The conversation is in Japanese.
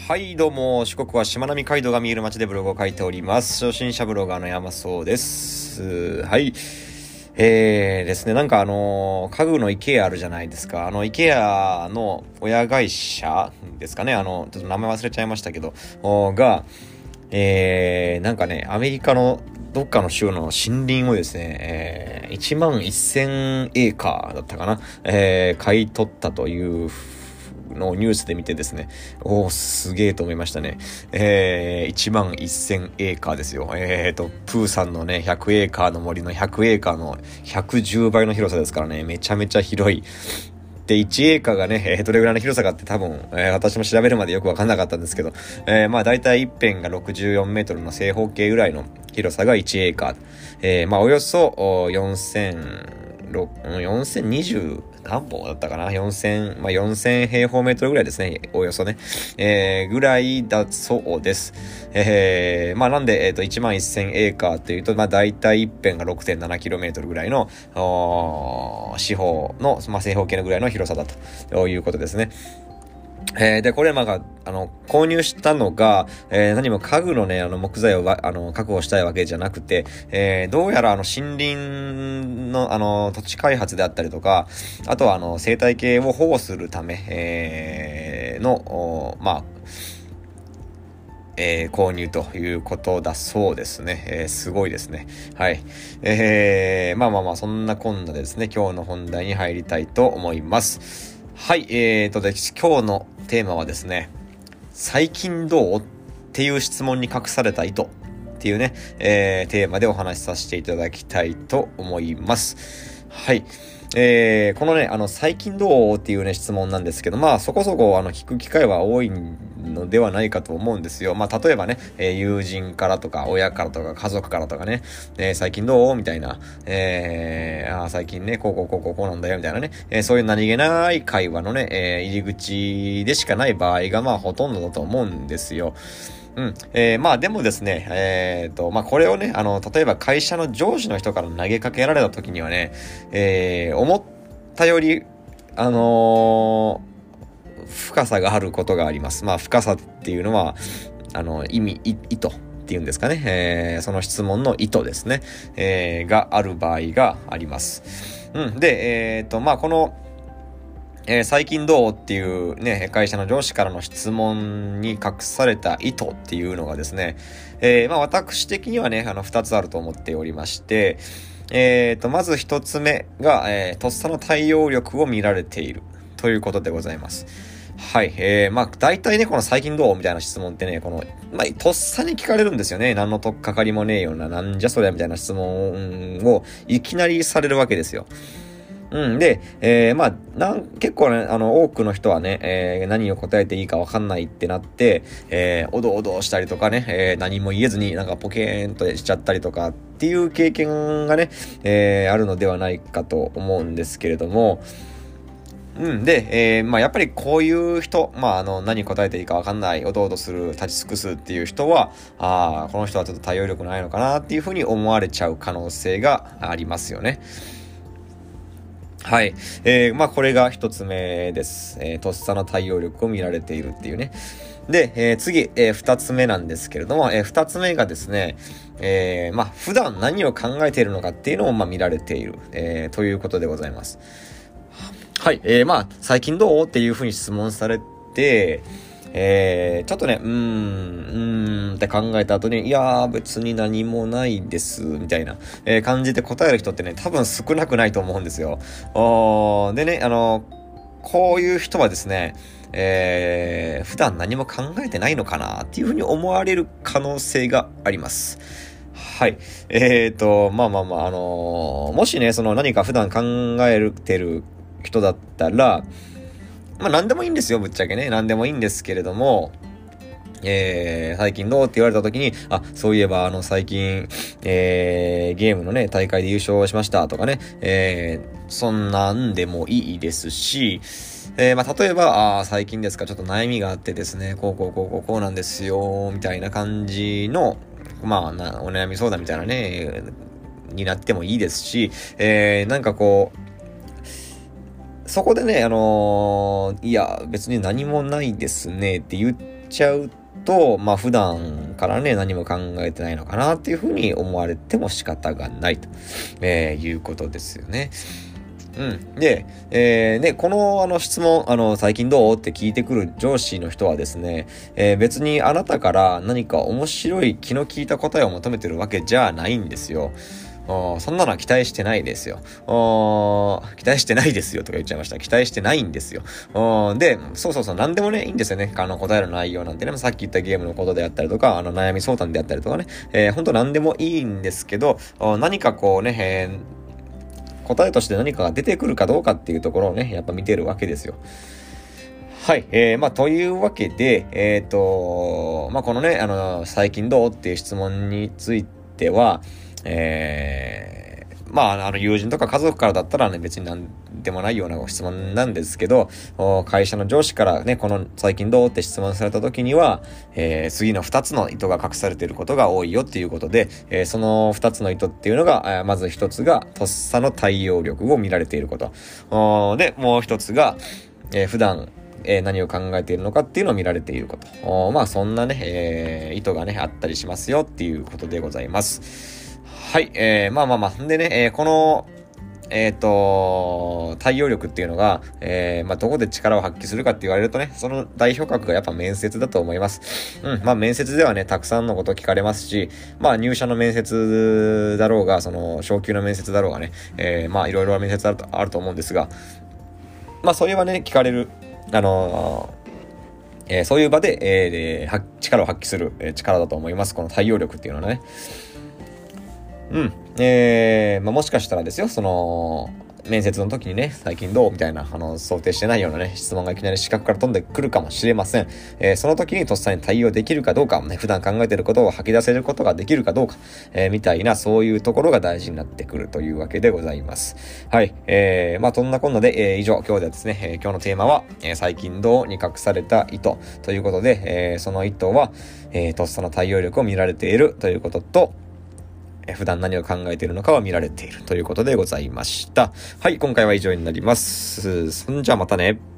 はい、どうも、四国はしまなみ海道が見える街でブログを書いております。初心者ブロガーの山荘です。はい。ですね、なんか家具の IKEA あるじゃないですか。IKEA の親会社ですかね。ちょっと名前忘れちゃいましたけど、が、なんかね、アメリカのどっかの州の森林をですね、1万1000エーカーだったかな、買い取ったというのをニュースで見てですね、すげえと思いましたね。1万1000エーカーですよ。プーさんのね、100エーカーの森の100エーカーの110倍の広さですからね、めちゃめちゃ広い。で、1エーカーがね、どれぐらいの広さかって多分、私も調べるまでよくわかんなかったんですけど、まあ大体一辺が64メートルの正方形ぐらいの広さが1エーカー。まあおよそ4020何本だったかな ?4000 平方メートルぐらいですね。およそね。ぐらいだそうです。まあなんで、1万1000エーカーというと、まあ大体一辺が 6.7km ぐらいの、四方の、まあ正方形のぐらいの広さだということですね。で、これ、購入したのが、何も家具のね、木材を確保したいわけじゃなくて、どうやら森林の、土地開発であったりとか、あとは生態系を保護するため、購入ということだそうですね。すごいですね。はい。そんなこんなでですね、今日の本題に入りたいと思います。はい。今日のテーマはですね、最近どうっていう質問に隠された意図っていうね、テーマでお話しさせていただきたいと思います。はい。このね、最近どうっていうね、質問なんですけど、まあ、そこそこ、聞く機会は多いのではないかと思うんですよ。まあ、例えばね、友人からとか、親からとか、家族からとかね、最近どうみたいな、最近ね、こうなんだよ、みたいなね、そういう何気ない会話のね、入り口でしかない場合が、まあ、ほとんどだと思うんですよ。まあでもですね、これをね、例えば会社の上司の人から投げかけられた時にはね、思ったより、深さがあることがあります。まあ深さっていうのは、意図っていうんですかね、その質問の意図ですね、がある場合があります。で、この、最近どうっていうね、会社の上司からの質問に隠された意図っていうのがですね、私的にはね、二つあると思っておりまして、まず一つ目が、とっさの対応力を見られているということでございます。はい。大体ね、この最近どうみたいな質問ってね、とっさに聞かれるんですよね。何のとっかかりもねえような、なんじゃそりゃみたいな質問をいきなりされるわけですよ。で、結構ね、多くの人はね、何を答えていいかわかんないってなって、おどおどしたりとかね、何も言えずになんかポケーンとしちゃったりとかっていう経験がね、あるのではないかと思うんですけれども、で、やっぱりこういう人、何答えていいかわかんない、おどおどする、立ち尽くすっていう人は、この人はちょっと対応力ないのかなっていうふうに思われちゃう可能性がありますよね。はい。これが一つ目です。とっさの対応力を見られているっていうね。で、次、二つ目なんですけれども、二つ目がですね、普段何を考えているのかっていうのを、見られている、ということでございます。はい。最近どうっていうふうに質問されて、ちょっとね、って考えた後に、いやー別に何もないです、みたいな、感じで答える人ってね、多分少なくないと思うんですよ。でね、こういう人はですね、普段何も考えてないのかなっていうふうに思われる可能性があります。はい。もしね、その何か普段考えてる人だったら、何でもいいんですよ、ぶっちゃけね。何でもいいんですけれども、最近どうって言われた時に、そういえば最近、ゲームのね、大会で優勝しましたとかね、そんなんでもいいですし、例えば、最近ですか、ちょっと悩みがあってですね、こうなんですよ、みたいな感じの、お悩み相談みたいなね、になってもいいですし、そこでね、いや、別に何もないですねって言っちゃうと、まあ普段からね、何も考えてないのかなっていうふうに思われても仕方がないと、いうことですよね。で、ね、この質問、最近どうって聞いてくる上司の人はですね、別にあなたから何か面白い気の利いた答えを求めてるわけじゃないんですよ。そんなのは期待してないですよ。期待してないですよとか言っちゃいました。期待してないんですよ。で、そう、何でもね、いいんですよね。答える内容なんてね、さっき言ったゲームのことであったりとか、悩み相談であったりとかね、本当何でもいいんですけど、何かこうね、答えとして何かが出てくるかどうかっていうところをね、やっぱ見てるわけですよ。はい。というわけで、このね、最近どうっていう質問については、友人とか家族からだったらね、別に何でもないような質問なんですけど、会社の上司からね、この最近どうって質問された時には、次の2つの意図が隠されていることが多いよっていうことで、その2つの意図っていうのが、まず1つが、とっさの対応力を見られていること。で、もう1つが、普段、何を考えているのかっていうのを見られていること。そんなね、意図がね、あったりしますよっていうことでございます。はい。でね、この、対応力っていうのが、どこで力を発揮するかって言われるとね、その代表格がやっぱ面接だと思います。面接ではね、たくさんのこと聞かれますし、入社の面接だろうが、その、昇給の面接だろうがね、いろいろ面接あると思うんですが、それはね、聞かれる。そういう場で、力を発揮する、力だと思います。この対応力っていうのはね。もしかしたらですよ、その、面接の時にね、最近どうみたいな、想定してないようなね、質問がいきなり視覚から飛んでくるかもしれません。その時にとっさに対応できるかどうか、ね、普段考えていることを吐き出せることができるかどうか、みたいな、そういうところが大事になってくるというわけでございます。はい。そんなこんなで、以上、今日ではですね、今日のテーマは、最近どうに隠された意図ということで、その意図は、とっさの対応力を見られているということと、普段何を考えているのかは見られているということでございました。はい、今回は以上になります。そんじゃあまたね。